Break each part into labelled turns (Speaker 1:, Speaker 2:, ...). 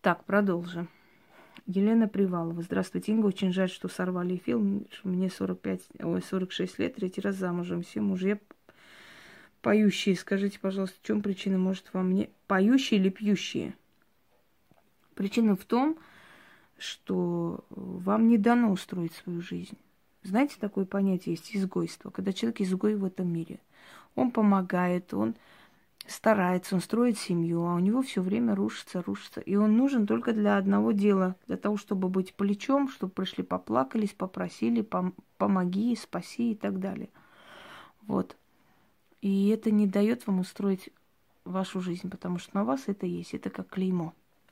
Speaker 1: Так, продолжим. Елена Привалова. Здравствуйте, Инга. Очень жаль, что сорвали эфир. Мне 46 лет, третий раз замужем. Все мужья поющие. Скажите, пожалуйста, в чем причина? Может, во мне... Поющие или пьющие? Причина в том, что вам не дано устроить свою жизнь. Знаете, такое понятие есть изгойство, когда человек изгой в этом мире. Он помогает, он старается, он строит семью, а у него все время рушится. И он нужен только для одного дела, для того, чтобы быть плечом, чтобы пришли, поплакались, попросили, помоги, спаси и так далее. Вот. И это не дает вам устроить вашу жизнь, потому что на вас это есть, это как клеймо.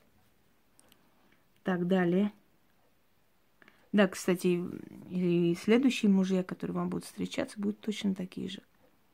Speaker 1: Так, далее. Да, кстати, и следующие мужья, которые вам будут встречаться, будут точно такие же.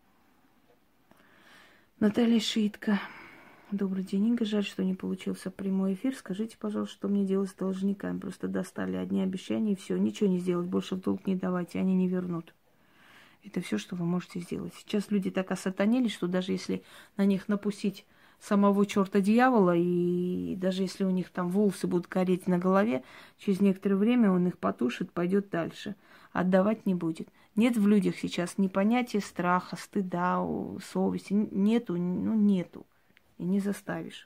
Speaker 1: Наталья Шитка. Добрый день, Инга. Жаль, что не получился прямой эфир. Скажите, пожалуйста, что мне делать с должниками? Просто достали одни обещания и все. Ничего не сделать, больше в долг не давайте, они не вернут. Это все, что вы можете сделать. Сейчас люди так осатанились, что даже если на них напустить самого черта дьявола, и даже если у них там волосы будут гореть на голове, через некоторое время он их потушит, пойдет дальше. Отдавать не будет. Нет в людях сейчас ни понятия страха, стыда, совести. Нету, нету. И не заставишь.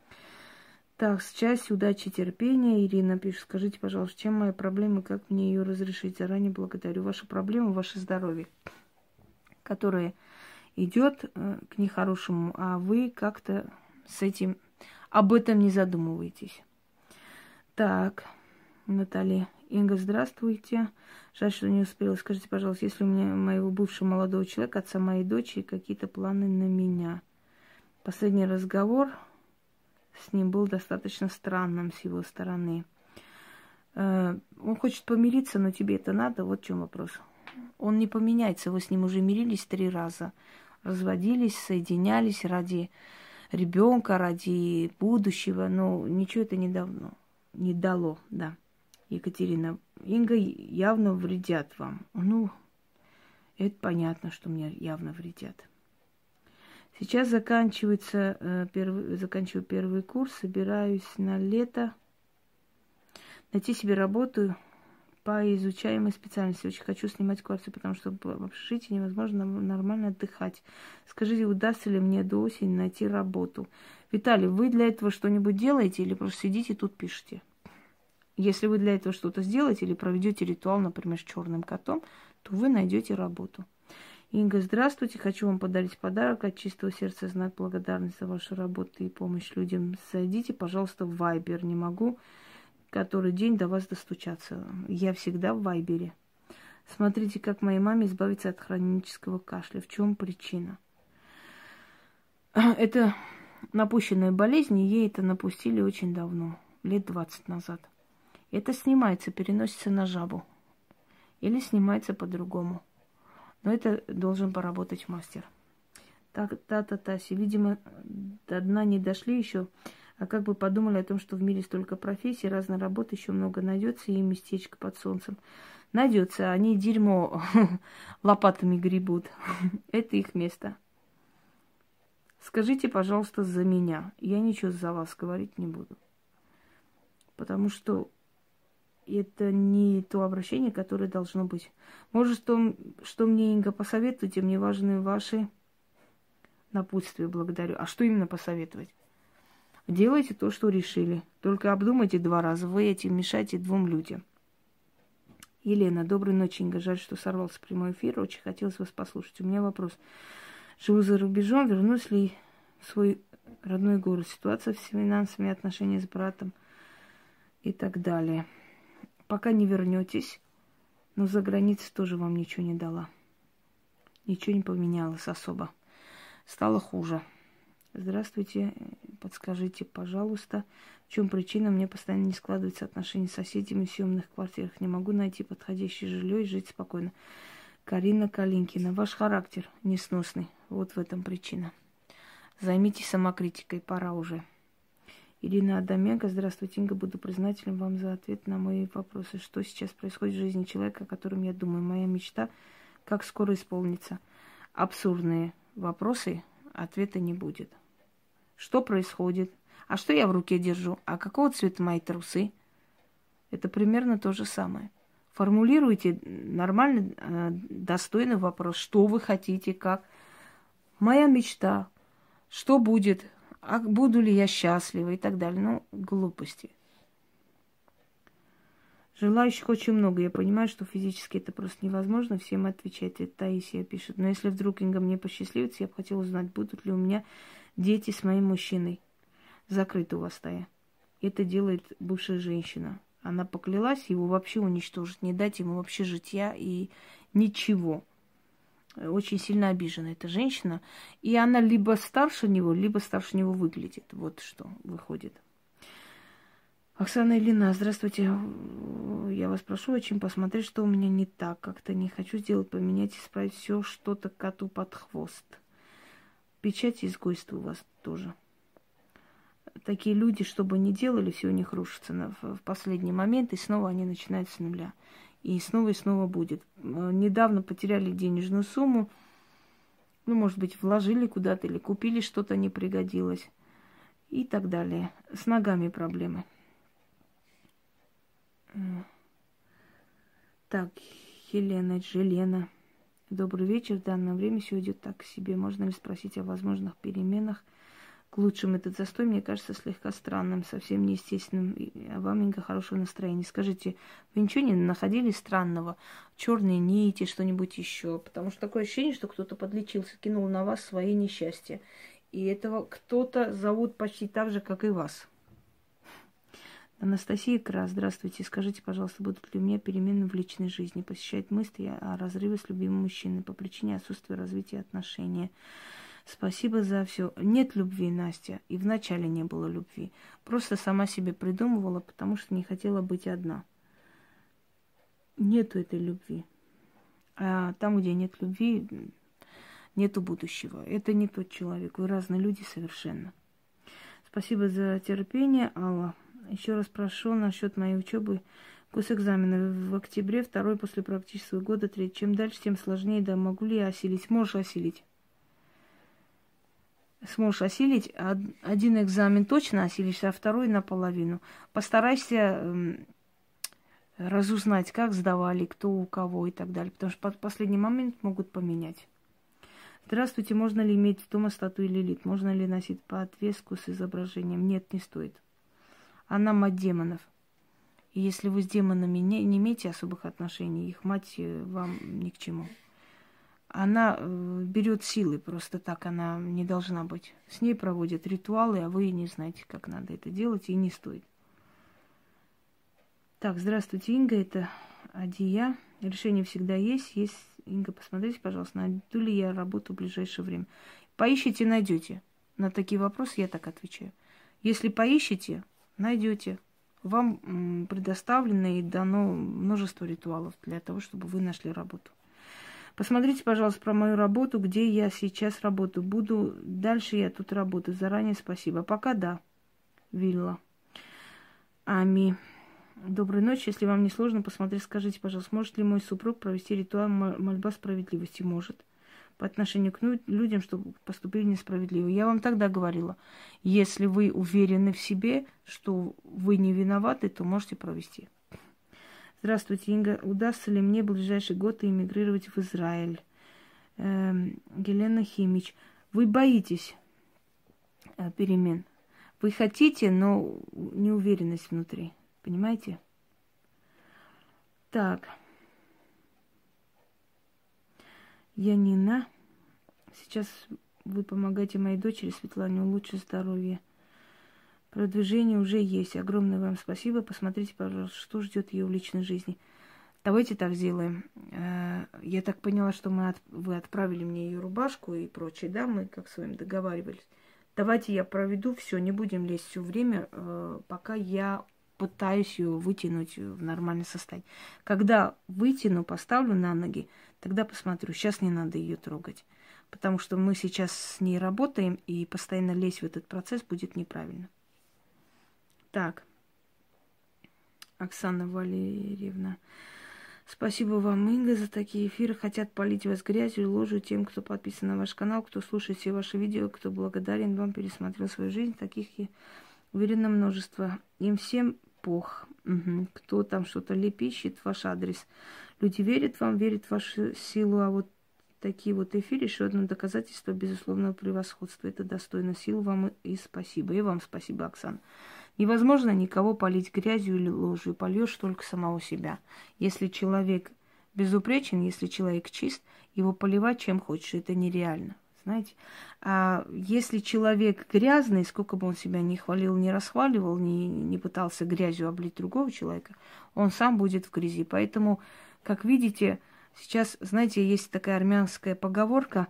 Speaker 1: Так, счастья, удачи, терпения. Ирина пишет, скажите, пожалуйста, чем моя проблема, как мне ее разрешить? Заранее благодарю. Ваша проблема, ваше здоровье, которое идет к нехорошему, а вы как-то с этим, об этом не задумываетесь. Так, Наталья. Инга, здравствуйте. Жаль, что не успела. Скажите, пожалуйста, если у меня моего бывшего молодого человека, отца моей дочери, какие-то планы на меня? Последний разговор с ним был достаточно странным с его стороны. Он хочет помириться, но тебе это надо? Вот в чем вопрос. Он не поменяется. Вы с ним уже мирились 3 раза. Разводились, соединялись ради ребенка, ради будущего. Но ничего это не дало, да. Екатерина, Инга явно вредят вам. Ну, это понятно, что мне явно вредят. Сейчас заканчиваю первый курс, собираюсь на лето найти себе работу по изучаемой специальности. Очень хочу снимать квартиру, потому что в общежитии невозможно нормально отдыхать. Скажите, удастся ли мне до осени найти работу? Виталий, вы для этого что-нибудь делаете или просто сидите тут пишете? Если вы для этого что-то сделаете или проведете ритуал, например, с черным котом, то вы найдете работу. Инга, здравствуйте. Хочу вам подарить подарок от чистого сердца, знак благодарности за вашу работу и помощь людям. Зайдите, пожалуйста, в Вайбер. Не могу который день до вас достучаться. Я всегда в Вайбере. Смотрите, как моей маме избавиться от хронического кашля. В чем причина? Это напущенная болезнь, и ей это напустили очень давно, лет 20 назад. Это снимается, переносится на жабу. Или снимается по-другому. Но это должен поработать мастер. Так, та-та-таси. Видимо, до дна не дошли еще. А как бы подумали о том, что в мире столько профессий, разной работы еще много найдется, и местечко под солнцем. Найдется, они дерьмо лопатами гребут. Это их место. Скажите, пожалуйста, за меня. Я ничего за вас говорить не буду. Потому что это не то обращение, которое должно быть. Может, что мне, Инга, посоветуйте, мне важны ваши напутствия, благодарю. А что именно посоветовать? Делайте то, что решили. Только обдумайте 2 раза. Вы этим мешаете 2 людям. Елена, доброй ночи, Инга. Жаль, что сорвался прямой эфир. Очень хотелось вас послушать. У меня вопрос. Живу за рубежом. Вернусь ли в свой родной город? Ситуация с финансовыми отношениями с братом и так далее. Пока не вернетесь, но за границей тоже вам ничего не дала. Ничего не поменялось особо. Стало хуже. Здравствуйте, подскажите, пожалуйста, в чем причина? Мне постоянно не складываются отношения с соседями в съемных квартирах. Не могу найти подходящее жилье и жить спокойно. Карина Калинкина, ваш характер несносный. Вот в этом причина. Займитесь самокритикой, пора уже. Ирина Адаменко, здравствуйте, Инга, буду признателен вам за ответ на мои вопросы. Что сейчас происходит в жизни человека, о котором я думаю? Моя мечта, как скоро исполнится? Абсурдные вопросы, ответа не будет. Что происходит? А что я в руке держу? А какого цвета мои трусы? Это примерно то же самое. Формулируйте нормальный, достойный вопрос. Что вы хотите, как? Моя мечта. Что будет? А буду ли я счастлива и так далее. Ну, глупости. Желающих очень много. Я понимаю, что физически это просто невозможно всем отвечать. Это Таисия пишет. Но если вдруг, Инга, мне посчастливится, я бы хотела узнать, будут ли у меня дети с моим мужчиной. Закрыто у вас, Тая. Это делает бывшая женщина. Она поклялась его вообще уничтожить, не дать ему вообще житья и ничего. Очень сильно обижена эта женщина. И она либо старше него выглядит. Вот что выходит. Оксана Ильина, здравствуйте. Я вас прошу очень посмотреть, что у меня не так. Как-то не хочу сделать, поменять, исправить все что-то коту под хвост. Печать изгойства у вас тоже. Такие люди, что бы ни делали, все у них рушится в последний момент, и снова они начинают с нуля. И снова будет. Недавно потеряли денежную сумму, ну, может быть, вложили куда-то или купили что-то, не пригодилось и так далее. С ногами проблемы. Так, Желена. Добрый вечер. В данное время все идет так к себе. Можно ли спросить о возможных переменах к лучшему? Этот застой, мне кажется, слегка странным, совсем неестественным. А вам, Инга, хорошего настроения. Скажите, вы ничего не находили странного? Черные нити, что-нибудь еще? Потому что такое ощущение, что кто-то подлечился, кинул на вас свои несчастья. И этого кто-то зовут почти так же, как и вас. Анастасия Кра, здравствуйте. Скажите, пожалуйста, будут ли у меня перемены в личной жизни? Посещает мысли о разрыве с любимым мужчиной по причине отсутствия развития отношений. Спасибо за все. Нет любви, Настя. И вначале не было любви. Просто сама себе придумывала, потому что не хотела быть одна. Нету этой любви. А там, где нет любви, нету будущего. Это не тот человек. Вы разные люди совершенно. Спасибо за терпение, Алла. Еще раз прошу насчет моей учебы. Госэкзамены в октябре, второй после практического года, третий. Чем дальше, тем сложнее. Да, могу ли я осилить? Можешь осилить. Сможешь осилить. Один экзамен точно осилишься, а второй наполовину. Постарайся разузнать, как сдавали, кто у кого и так далее. Потому что под последний момент могут поменять. Здравствуйте, можно ли иметь дома статую Лилит? Можно ли носить подвеску с изображением? Нет, не стоит. Она мать демонов. И если вы с демонами не имеете особых отношений, их мать вам ни к чему. Она берет силы, просто так она не должна быть. С ней проводят ритуалы, а вы не знаете, как надо это делать, и не стоит. Так, здравствуйте, Инга, это Адия. Решение всегда есть. Инга, посмотрите, пожалуйста, найду ли я работу в ближайшее время. Поищите, найдете. На такие вопросы я так отвечаю. Если поищете, найдете. Вам предоставлено и дано множество ритуалов для того, чтобы вы нашли работу. Посмотрите, пожалуйста, про мою работу, где я сейчас работаю. Буду дальше я тут работать. Заранее спасибо. Пока да. Вилла. Ами. Доброй ночи. Если вам не сложно, посмотрите, скажите, пожалуйста, может ли мой супруг провести ритуал мольба справедливости? Может. По отношению к людям, чтобы поступили несправедливо. Я вам тогда говорила, если вы уверены в себе, что вы не виноваты, то можете провести. Здравствуйте, Инга. Удастся ли мне в ближайший год эмигрировать в Израиль? Елена Химич. Вы боитесь перемен. Вы хотите, но неуверенность внутри. Понимаете? Так. Янина. Сейчас вы помогаете моей дочери Светлане улучшить здоровье. Продвижение уже есть. Огромное вам спасибо. Посмотрите, пожалуйста, что ждет ее в личной жизни. Давайте так сделаем. Я так поняла, что вы отправили мне ее рубашку и прочее, да? Мы как с вами договаривались. Давайте я проведу все, не будем лезть все время, пока я пытаюсь ее вытянуть в нормальное состояние. Когда вытяну, поставлю на ноги, тогда посмотрю. Сейчас не надо ее трогать. Потому что мы сейчас с ней работаем, и постоянно лезть в этот процесс будет неправильно. Так, Оксана Валерьевна. Спасибо вам, Инга, за такие эфиры. Хотят полить вас грязью и ложью тем, кто подписан на ваш канал, кто слушает все ваши видео, кто благодарен вам, пересмотрел свою жизнь. Таких Уверенно множество. Им всем пох. Мгм. Кто там что-то лепищет, ваш адрес. Люди верят вам, верят в вашу силу, а вот такие вот эфиры, еще одно доказательство безусловного превосходства. Это достойно сил вам и спасибо. И вам спасибо, Оксана. Невозможно никого полить грязью или ложью. Польешь только самого себя. Если человек безупречен, если человек чист, его поливать чем хочешь, это нереально. Знаете? А если человек грязный, сколько бы он себя ни хвалил, ни расхваливал, не пытался грязью облить другого человека, он сам будет в грязи. Поэтому, как видите, сейчас, знаете, есть такая армянская поговорка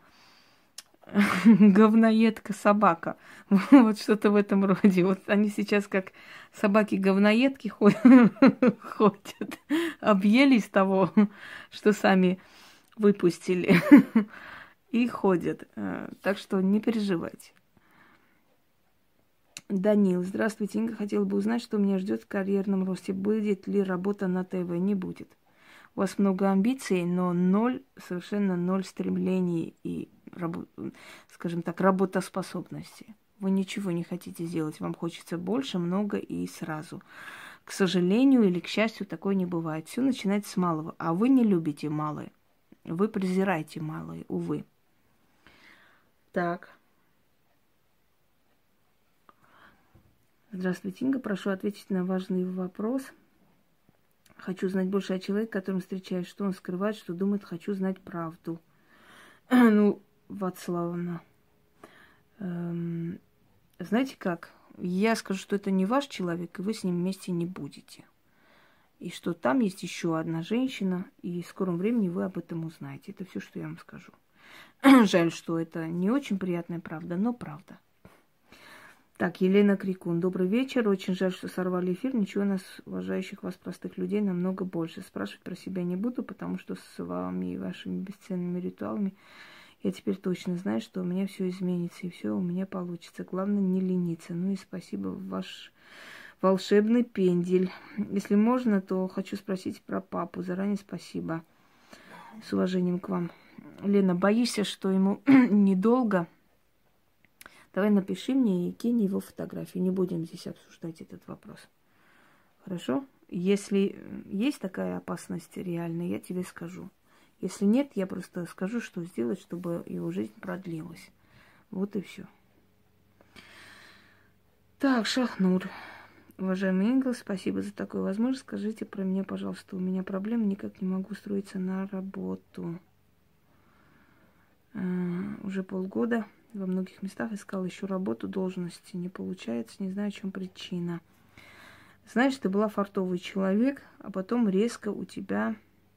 Speaker 1: говноедка собака. Вот что-то в этом роде. Вот они сейчас как собаки-говноедки ходят, объелись того, что сами выпустили, и ходят. Так что не переживайте. Данил, здравствуйте, Инга. Хотела бы узнать, что меня ждет в карьерном росте. Будет ли работа на ТВ? Не будет. У вас много амбиций, но ноль, совершенно ноль стремлений и, скажем так, работоспособности. Вы ничего не хотите сделать. Вам хочется больше, много и сразу. К сожалению или к счастью, такое не бывает. Все начинается с малого. А вы не любите малое. Вы презираете малое, увы. Так. Здравствуйте, Инга. Прошу ответить на важный вопрос. Хочу знать больше о человеке, которым встречаюсь. Что он скрывает, что думает. Хочу знать правду. Ну, Вацлавовна, знаете как? Я скажу, что это не ваш человек, и вы с ним вместе не будете. И что там есть еще одна женщина, и в скором времени вы об этом узнаете. Это все, что я вам скажу. Жаль, что это не очень приятная правда, но правда. Так, Елена Крикун. Добрый вечер. Очень жаль, что сорвали эфир. Ничего, нас, уважающих вас простых людей, намного больше. Спрашивать про себя не буду, потому что с вами и вашими бесценными ритуалами я теперь точно знаю, что у меня все изменится и все у меня получится. Главное, не лениться. Ну и спасибо, ваш волшебный пендель. Если можно, то хочу спросить про папу. Заранее спасибо. С уважением к вам. Лена, боишься, что ему недолго? Давай напиши мне и кинь его фотографию. Не будем здесь обсуждать этот вопрос. Хорошо? Если есть такая опасность реальная, я тебе скажу. Если нет, я просто скажу, что сделать, чтобы его жизнь продлилась. Вот и все. Так, Шахнур. Уважаемый Ингл, спасибо за такую возможность. Скажите про меня, пожалуйста. У меня проблемы, никак не могу устроиться на работу. Уже полгода. Во многих местах искал еще работу, должности не получается, не знаю, в чем причина. Знаешь, ты была фартовый человек, а потом резко у тебя,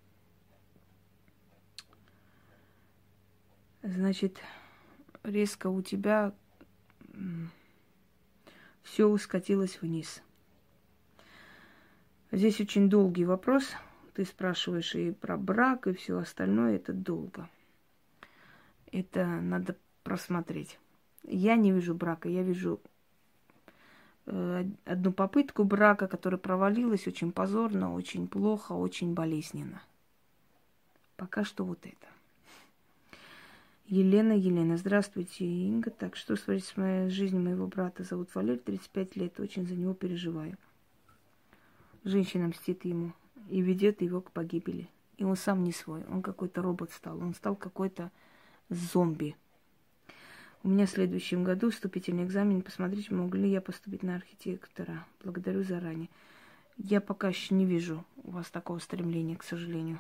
Speaker 1: все скатилось вниз. Здесь очень долгий вопрос. Ты спрашиваешь и про брак, и все остальное. Это долго. Это надо просмотреть. Я не вижу брака. Я вижу одну попытку брака, которая провалилась очень позорно, очень плохо, очень болезненно. Пока что вот это. Елена, здравствуйте, Инга. Так, что творится с моей жизнью моего брата? Зовут Валерий, 35 лет, очень за него переживаю. Женщина мстит ему и ведет его к погибели. И он сам не свой, он какой-то робот стал, он стал какой-то зомби. У меня в следующем году вступительный экзамен. Посмотрите, могу ли я поступить на архитектора. Благодарю заранее. Я пока еще не вижу у вас такого стремления, к сожалению.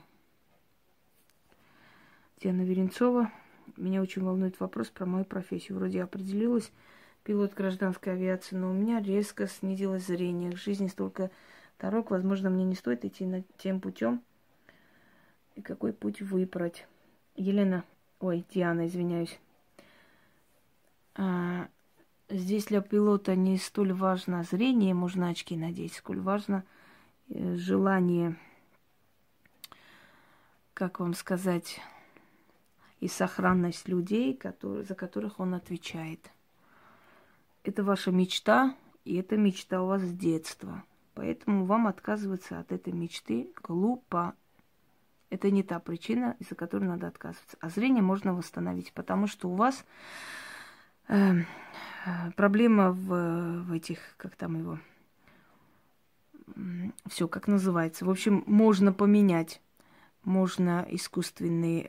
Speaker 1: Диана Веренцова. Меня очень волнует вопрос про мою профессию. Вроде определилась пилот гражданской авиации, но у меня резко снизилось зрение. В жизни столько дорог. Возможно, мне не стоит идти тем путем. И какой путь выбрать? Диана, извиняюсь. Здесь для пилота не столь важно зрение, можно очки надеть, сколь важно желание, как вам сказать, и сохранность людей, за которых он отвечает. Это ваша мечта, и эта мечта у вас с детства. Поэтому вам отказываться от этой мечты глупо. Это не та причина, из-за которой надо отказываться. А зрение можно восстановить, потому что у вас Э, Проблема в этих, как там его, все, как называется. В общем, можно поменять, можно искусственные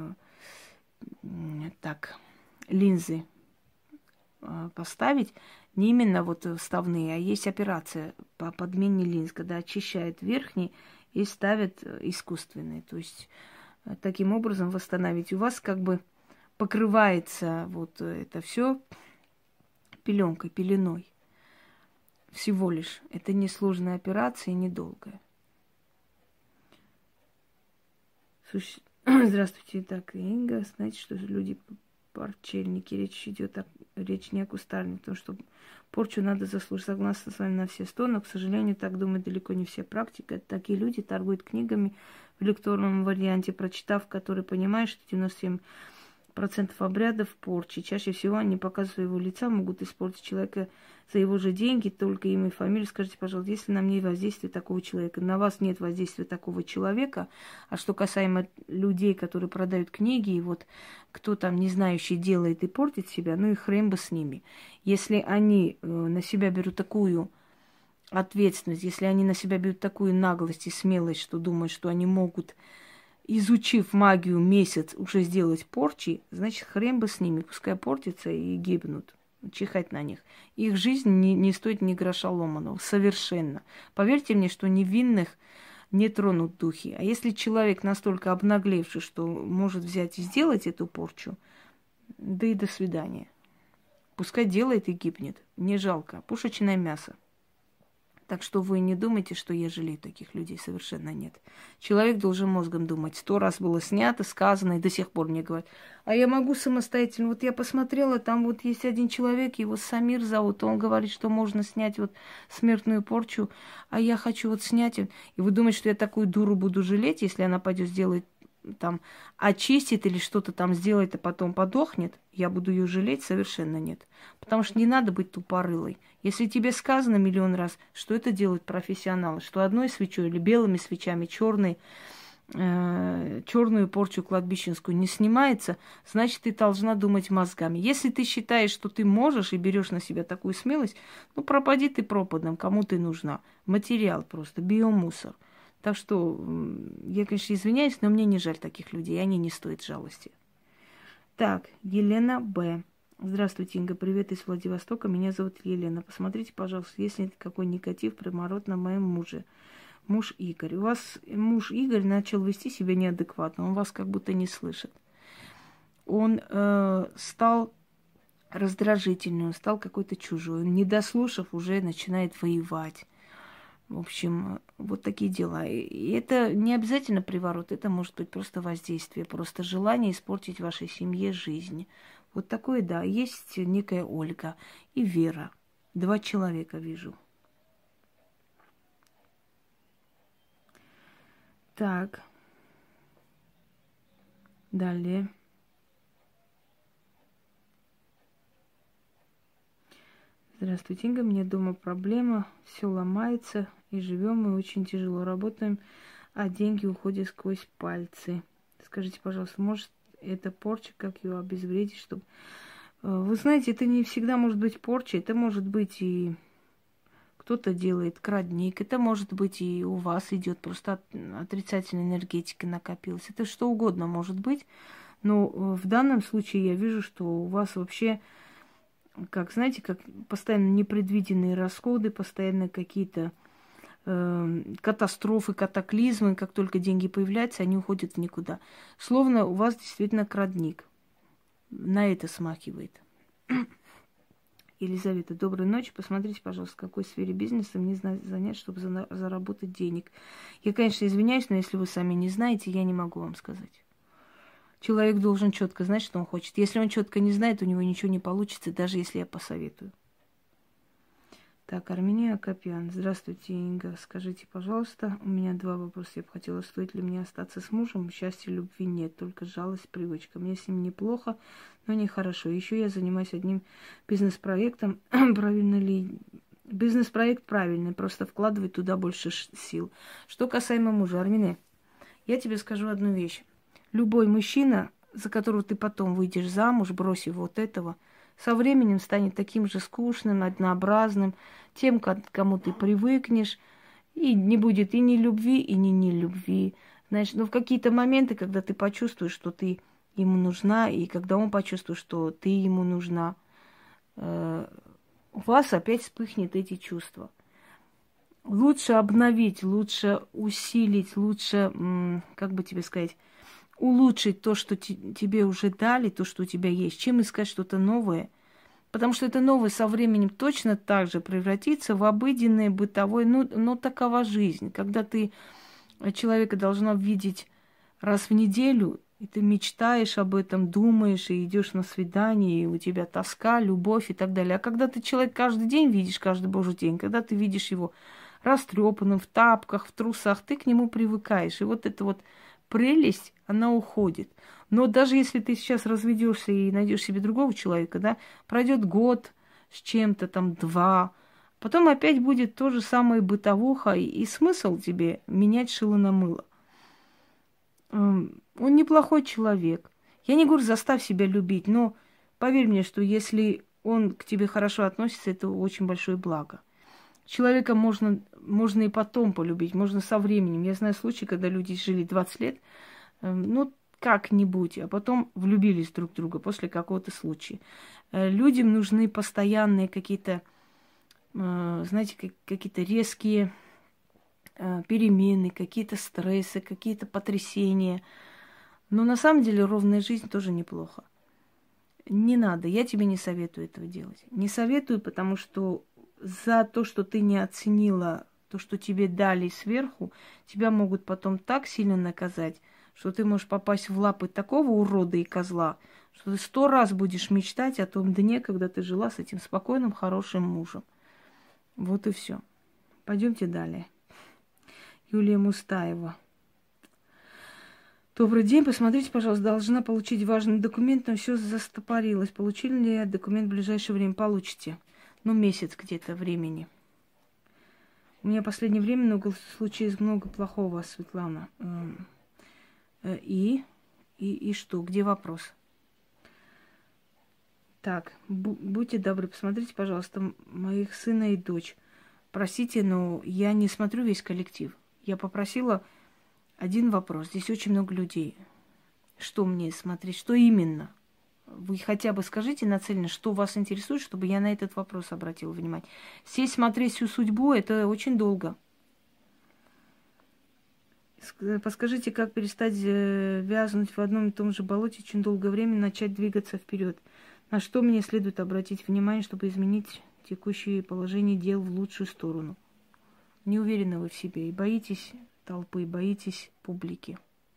Speaker 1: так, линзы поставить, не именно вот вставные, а есть операция по подмене линз, когда очищают верхний и ставят искусственные. То есть таким образом восстановить. У вас как бы покрывается вот это все пеленкой, пеленой. Всего лишь. Это несложная операция и недолгая. Слушай, здравствуйте, так, Инга, знаете, что люди порчельники, речь не о кустарнике, потому что порчу надо заслужить. Согласна с вами на все сто, но, к сожалению, так думают далеко не все практики. Такие люди торгуют книгами в электронном варианте, прочитав, которые понимают, что 97% обрядов порчи. Чаще всего они, показывая своего лица, могут испортить человека за его же деньги, только имя и фамилию. Скажите, пожалуйста, если на мне воздействие такого человека, на вас нет воздействия такого человека, а что касаемо людей, которые продают книги, и вот кто там не знающий делает и портит себя, ну и хрен бы с ними. Если они на себя берут такую ответственность, если они на себя берут такую наглость и смелость, что думают, что они могут, изучив магию месяц, уже сделать порчи, значит, хрен бы с ними, пускай портятся и гибнут. Чихать на них. Их жизнь не стоит ни гроша ломаного. Совершенно. Поверьте мне, что невинных не тронут духи. А если человек настолько обнаглевший, что может взять и сделать эту порчу, да и до свидания. Пускай делает и гибнет. Не жалко. Пушечное мясо. Так что вы не думайте, что я жалею таких людей. Совершенно нет. Человек должен мозгом думать. 100 раз было снято, сказано, и до сих пор мне говорят. А я могу самостоятельно. Вот я посмотрела, там вот есть один человек, его Самир зовут. Он говорит, что можно снять вот смертную порчу. А я хочу вот снять. И вы думаете, что я такую дуру буду жалеть, если она пойдет сделать там, очистит или что-то там сделает, а потом подохнет, я буду ее жалеть? Совершенно нет. Потому что не надо быть тупорылой. Если тебе сказано миллион раз, что это делают профессионалы, что одной свечой или белыми свечами черную порчу кладбищенскую не снимается, значит, ты должна думать мозгами. Если ты считаешь, что ты можешь и берешь на себя такую смелость, ну, пропади ты пропадом, кому ты нужна. Материал просто, биомусор. Так что я, конечно, извиняюсь, но мне не жаль таких людей, они не стоят жалости. Так, Елена Б. Здравствуйте, Инга, привет из Владивостока. Меня зовут Елена. Посмотрите, пожалуйста, есть ли какой негатив, приморот на моем муже. Муж Игорь. У вас муж Игорь начал вести себя неадекватно, он вас как будто не слышит. Он стал раздражительным, он стал какой-то чужой. Он, не дослушав, уже начинает воевать. В общем, вот такие дела. И это не обязательно приворот, это может быть просто воздействие, просто желание испортить вашей семье жизнь. Вот такое, да. Есть некая Ольга и Вера. 2 человека вижу. Так. Далее. Здравствуйте, Инга. Мне дома проблема. Все ломается. И живем мы очень тяжело. Работаем, а деньги уходят сквозь пальцы. Скажите, пожалуйста, может это порча, как ее обезвредить, чтобы... Вы знаете, это не всегда может быть порча. Это может быть и кто-то делает крадник. Это может быть и у вас идет просто отрицательная энергетика накопилась. Это что угодно может быть. Но в данном случае я вижу, что у вас вообще... Как, знаете, как постоянно непредвиденные расходы, постоянно какие-то катастрофы, катаклизмы, как только деньги появляются, они уходят в никуда. Словно у вас действительно крадник. На это смахивает. Елизавета, доброй ночи. Посмотрите, пожалуйста, в какой сфере бизнеса мне занять, чтобы заработать денег. Я, конечно, извиняюсь, но если вы сами не знаете, я не могу вам сказать. Человек должен четко знать, что он хочет. Если он четко не знает, у него ничего не получится, даже если я посоветую. Так, Армения Акопян. Здравствуйте, Инга. Скажите, пожалуйста, у меня 2 вопроса. Я бы хотела, стоит ли мне остаться с мужем? Счастья, любви нет, только жалость, привычка. Мне с ним неплохо, но нехорошо. Еще я занимаюсь одним бизнес-проектом. Правильно ли? Бизнес-проект правильный, просто вкладывать туда больше сил. Что касаемо мужа, Армине, я тебе скажу одну вещь. Любой мужчина, за которого ты потом выйдешь замуж, бросив вот этого, Со временем станет таким же скучным, однообразным, тем, к кому ты привыкнешь, и не будет и ни любви, и ни нелюбви. Знаешь, но в какие-то моменты, когда ты почувствуешь, что ты ему нужна, и когда он почувствует, что ты ему нужна, у вас опять вспыхнет эти чувства. Лучше обновить, лучше усилить, лучше, как бы тебе сказать, улучшить то, что тебе уже дали, то, что у тебя есть, чем искать что-то новое. Потому что это новое со временем точно так же превратится в обыденное, бытовое, но такова жизнь. Когда ты человека должна видеть раз в неделю, и ты мечтаешь об этом, думаешь, и идешь на свидание, и у тебя тоска, любовь и так далее. А когда ты человека каждый день видишь, каждый божий день, когда ты видишь его растрепанным, в тапках, в трусах, ты к нему привыкаешь. И вот эта вот прелесть, она уходит. Но даже если ты сейчас разведешься и найдешь себе другого человека, да, пройдет год с чем-то, там, 2, потом опять будет то же самое бытовуха, и смысл тебе менять шило на мыло. Он неплохой человек. Я не говорю, заставь себя любить, но поверь мне, что если он к тебе хорошо относится, это очень большое благо. Человека можно и потом полюбить, можно со временем. Я знаю случаи, когда люди жили 20 лет, ну, как-нибудь, а потом влюбились друг в друга после какого-то случая. Людям нужны постоянные какие-то, знаете, какие-то резкие перемены, какие-то стрессы, какие-то потрясения. Но на самом деле ровная жизнь тоже неплохо. Не надо, я тебе не советую этого делать. Не советую, потому что за то, что ты не оценила то, что тебе дали сверху, тебя могут потом так сильно наказать, что ты можешь попасть в лапы такого урода и козла, что ты 100 раз будешь мечтать о том дне, когда ты жила с этим спокойным, хорошим мужем. Вот и все. Пойдемте далее. Юлия Мустаева. Добрый день. Посмотрите, пожалуйста, должна получить важный документ, но все застопорилось. Получили ли я документ в ближайшее время? Получите. Ну, месяц где-то времени. У меня в последнее время много случаев, много плохого, Светлана. И что? Где вопрос? Так, будьте добры, посмотрите, пожалуйста, моих сына и дочь. Простите, но я не смотрю весь коллектив. Я попросила один вопрос. Здесь очень много людей. Что мне смотреть? Что именно? Вы хотя бы скажите нацеленно, что вас интересует, чтобы я на этот вопрос обратила внимание. Сесть смотреть всю судьбу – это очень долго. Подскажите, как перестать вязнуть в одном и том же болоте очень долгое время, начать двигаться вперед? На что мне следует обратить внимание, чтобы изменить текущее положение дел в лучшую сторону? Не уверены вы в себе и боитесь толпы, боитесь публики.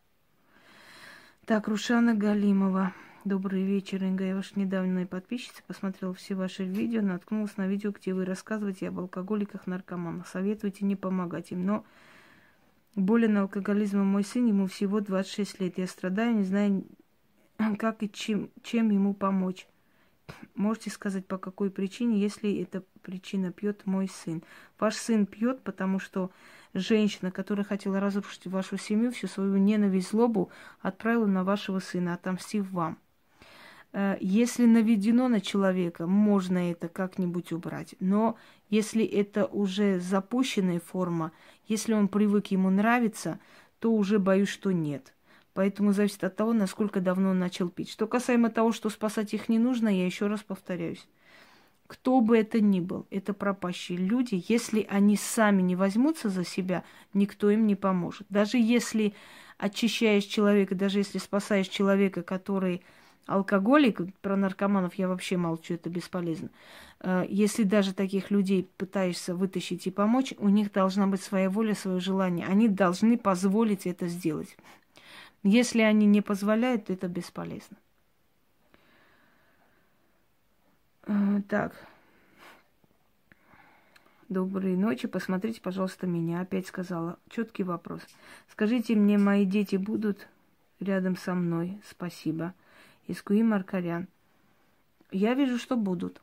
Speaker 1: Так, Рушана Галимова. Добрый вечер, Инга. Я ваша недавняя подписчица. Посмотрела все ваши видео, наткнулась на видео, где вы рассказываете об алкоголиках, наркоманах. Советуете не помогать им. Но болен алкоголизмом мой сын, ему всего 26 лет. Я страдаю, не знаю, как и чем ему помочь. Можете сказать, по какой причине, если эта причина пьет мой сын? Ваш сын пьет, потому что женщина, которая хотела разрушить вашу семью, всю свою ненависть, злобу отправила на вашего сына, отомстив вам. Если наведено на человека, можно это как-нибудь убрать. Но если это уже запущенная форма, если он привык, ему нравится, то уже боюсь, что нет. Поэтому зависит от того, насколько давно он начал пить. Что касаемо того, что спасать их не нужно, я еще раз повторяюсь. Кто бы это ни был, это пропащие люди. Если они сами не возьмутся за себя, никто им не поможет. Даже если очищаешь человека, даже если спасаешь человека, который алкоголик, про наркоманов я вообще молчу, это бесполезно. Если даже таких людей пытаешься вытащить и помочь, у них должна быть своя воля, свое желание. Они должны позволить это сделать. Если они не позволяют, то это бесполезно. Так. Доброй ночи. Посмотрите, пожалуйста, меня. Опять сказала. Четкий вопрос. Скажите мне, мои дети будут рядом со мной? Спасибо. Искуи Маркарян. Я вижу, что будут.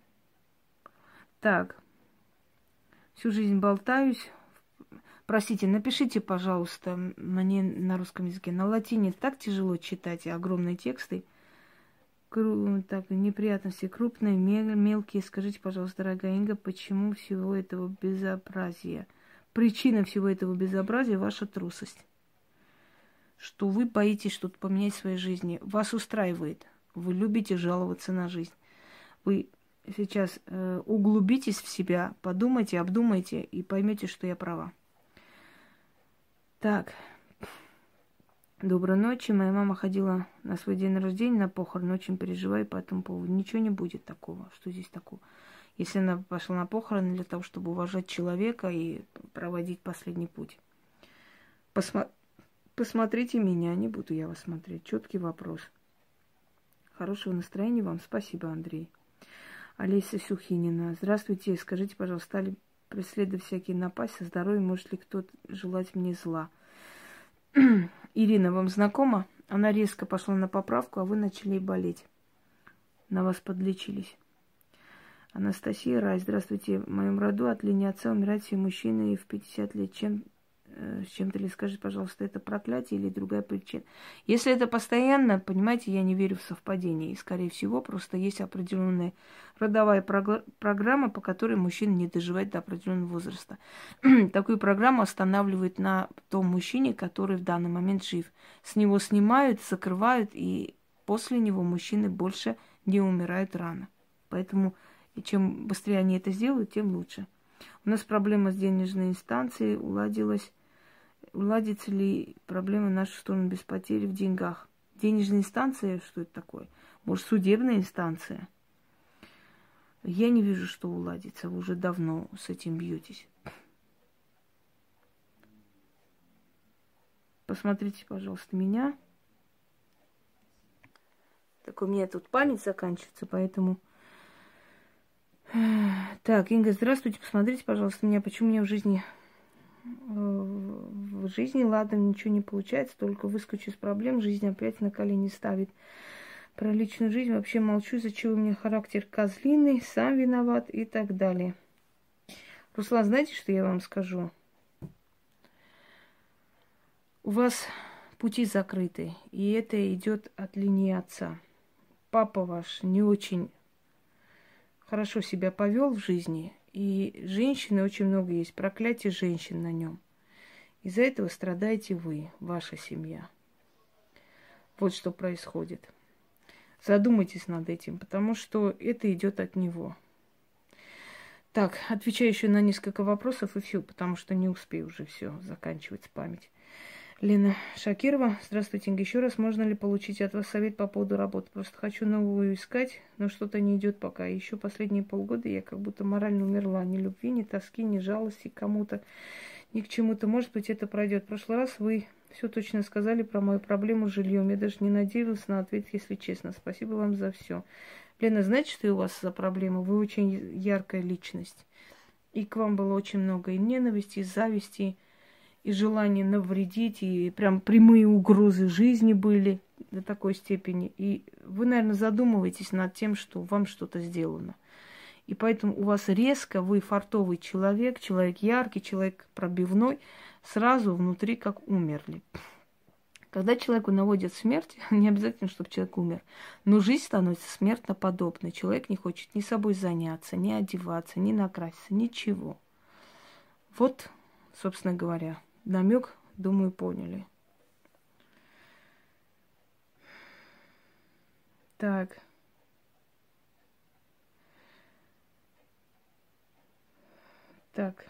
Speaker 1: Так. Всю жизнь болтаюсь. Простите, напишите, пожалуйста, мне на русском языке. На латине так тяжело читать огромные тексты. Так, неприятности крупные, мелкие. Скажите, пожалуйста, дорогая Инга, почему всего этого безобразия? Причина всего этого безобразия – ваша трусость. Что вы боитесь что-то поменять в своей жизни. Вас устраивает. Вы любите жаловаться на жизнь. Вы сейчас углубитесь в себя, подумайте, обдумайте и поймете, что я права. Так. Доброй ночи. Моя мама ходила на свой день рождения, на похороны. Очень переживаю по этому поводу. Ничего не будет такого. Что здесь такого? Если она пошла на похороны для того, чтобы уважать человека и проводить последний путь. Посмотрите меня, не буду я вас смотреть. Четкий вопрос. Хорошего настроения вам. Спасибо, Андрей. Олеся Сухинина. Здравствуйте. Скажите, пожалуйста, стали преследовать всякие напасти со здоровьем? Может ли кто-то желать мне зла? Ирина, вам знакома? Она резко пошла на поправку, а вы начали болеть. На вас подлечились. Анастасия Рай. Здравствуйте. В моем роду от линии отца умирают все мужчины и в 50 лет. С чем-то ли скажите, пожалуйста, это проклятие или другая причина? Если это постоянно, понимаете, я не верю в совпадение. И, скорее всего, просто есть определенная родовая программа, по которой мужчина не доживает до определенного возраста. Такую программу останавливают на том мужчине, который в данный момент жив. С него снимают, закрывают, и после него мужчины больше не умирают рано. Поэтому, и чем быстрее они это сделают, тем лучше. У нас проблема с денежной инстанцией уладится ли проблема в нашу сторону без потери в деньгах? Денежная инстанция, что это такое? Может, судебная инстанция? Я не вижу, что уладится. Вы уже давно с этим бьетесь. Посмотрите, пожалуйста, меня. Так у меня тут память заканчивается, поэтому... Так, Инга, здравствуйте. Посмотрите, пожалуйста, меня. Почему у меня в жизни ладно, ничего не получается, только выскочу из проблем, жизнь опять на колени ставит. Про личную жизнь вообще молчу, из-за чего у меня характер козлиный, сам виноват и так далее. Руслан, знаете, что я вам скажу? У вас пути закрыты, и это идет от линии отца. Папа ваш не очень хорошо себя повел в жизни, и женщины очень много есть, проклятие женщин на нем. Из-за этого страдаете вы, ваша семья. Вот что происходит. Задумайтесь над этим, потому что это идет от него. Так, отвечаю еще на несколько вопросов и все, потому что не успею уже все, заканчивается память. Лена Шакирова. Здравствуйте, Инга. Еще раз, можно ли получить от вас совет по поводу работы? Просто хочу новую искать, но что-то не идет пока. Еще последние полгода я как будто морально умерла. Ни любви, ни тоски, ни жалости к кому-то, ни к чему-то. Может быть, это пройдет. В прошлый раз вы все точно сказали про мою проблему с жильем. Я даже не надеялась на ответ, если честно. Спасибо вам за все. Лена, знаете, что у вас за проблема? Вы очень яркая личность. И к вам было очень много и ненависти, и зависти, и желание навредить, и прям прямые угрозы жизни были до такой степени. И вы, наверное, задумываетесь над тем, что вам что-то сделано. И поэтому у вас резко, вы фартовый человек, человек яркий, человек пробивной, сразу внутри как умерли. Когда человеку наводят смерть, не обязательно, чтобы человек умер, но жизнь становится смертноподобной. Человек не хочет ни собой заняться, ни одеваться, ни накраситься, ничего. Вот, собственно говоря, намек, думаю, поняли. Так. Так.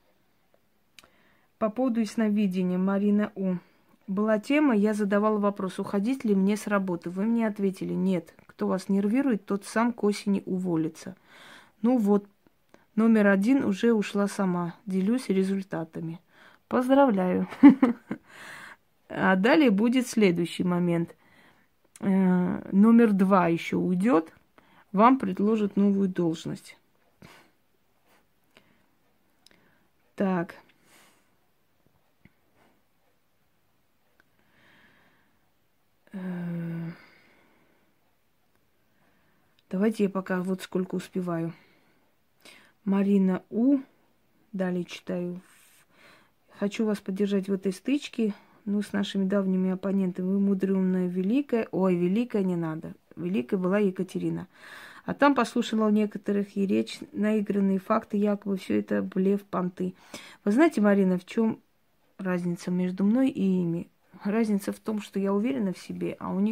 Speaker 1: По поводу ясновидения, Марина У. Была тема, я задавала вопрос, уходить ли мне с работы. Вы мне ответили, нет. Кто вас нервирует, тот сам к осени уволится. Ну вот, номер 1 уже ушла сама. Делюсь результатами. Поздравляю. А далее будет следующий момент. Номер 2 еще уйдет. Вам предложат новую должность. Так. Давайте я пока вот сколько успеваю. Марина У. Далее читаю. Хочу вас поддержать в этой стычке. Ну, с нашими давними оппонентами. Вы мудрая, умная, великая. Ой, великая не надо. великая была Екатерина. А там послушала некоторых и речь, наигранные факты, якобы все это блеф, понты. Вы знаете, Марина, в чем разница между мной и ими? Разница в том, что я уверена в себе, а у них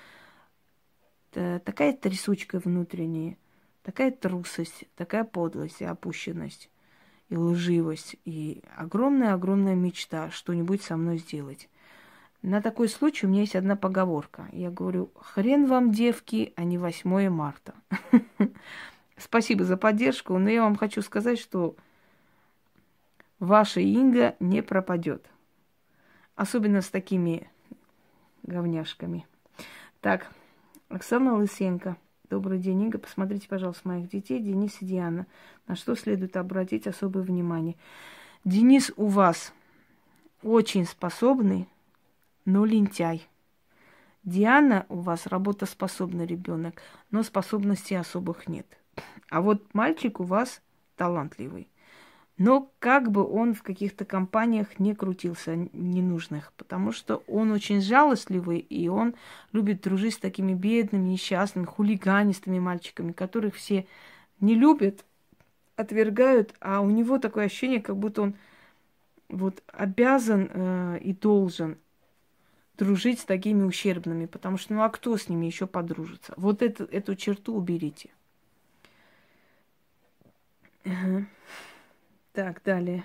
Speaker 1: такая трясучка внутренняя, такая трусость, такая подлость и опущенность, и лживость, и огромная-огромная мечта что-нибудь со мной сделать. На такой случай у меня есть одна поговорка. Я говорю, хрен вам, девки, а не 8 марта. Спасибо за поддержку, но я вам хочу сказать, что ваша Инга не пропадет. Особенно с такими говняшками. Так, Оксана Лысенко. Добрый день, Инга. Посмотрите, пожалуйста, моих детей, Денис и Диана. На что следует обратить особое внимание. Денис у вас очень способный, но лентяй. Диана у вас работоспособный ребенок, но способностей особых нет. А вот мальчик у вас талантливый. Но как бы он в каких-то компаниях не крутился ненужных, потому что он очень жалостливый, и он любит дружить с такими бедными, несчастными, хулиганистыми мальчиками, которых все не любят, отвергают, а у него такое ощущение, как будто он вот обязан и должен дружить с такими ущербными, потому что, ну а кто с ними еще подружится? Вот эту черту уберите. Так, далее.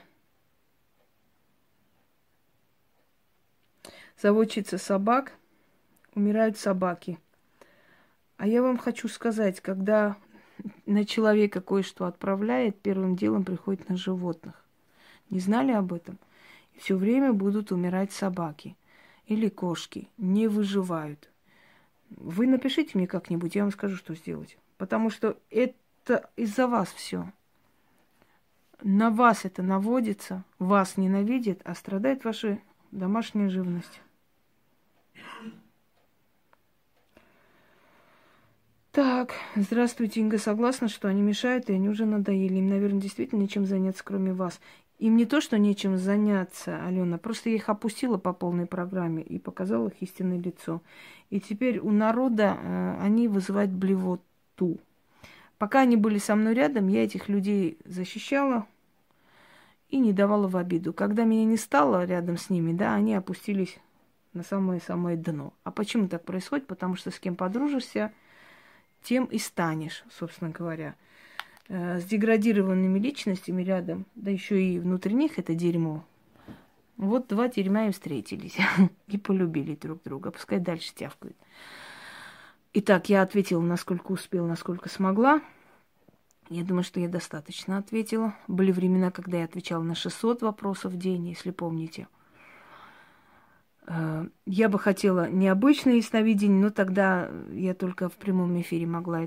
Speaker 1: Заводчица собак, умирают собаки. А я вам хочу сказать, когда на человека кое-что отправляет, первым делом приходит на животных. Не знали об этом? Все время будут умирать собаки или кошки, не выживают. Вы напишите мне как-нибудь, я вам скажу, что сделать. Потому что это из-за вас все. На вас это наводится, вас ненавидят, а страдает ваша домашняя живность. Так, здравствуйте, Инга. Согласна, что они мешают, и они уже надоели. Им, наверное, действительно нечем заняться, кроме вас. Им не то, что нечем заняться, Алена, просто я их опустила по полной программе и показала их истинное лицо. И теперь у народа они вызывают блевоту. Пока они были со мной рядом, я этих людей защищала и не давала в обиду. Когда меня не стало рядом с ними, да, они опустились на самое-самое дно. А почему так происходит? Потому что с кем подружишься, тем и станешь, собственно говоря. С деградированными личностями рядом, да еще и внутри них это дерьмо. Вот два дерьма и встретились. И полюбили друг друга. Пускай дальше тявкают. Итак, я ответила, насколько успела, насколько смогла. Я думаю, что я достаточно ответила. Были времена, когда я отвечала на 600 вопросов в день, если помните. Я бы хотела необычное ясновидение, но тогда я только в прямом эфире могла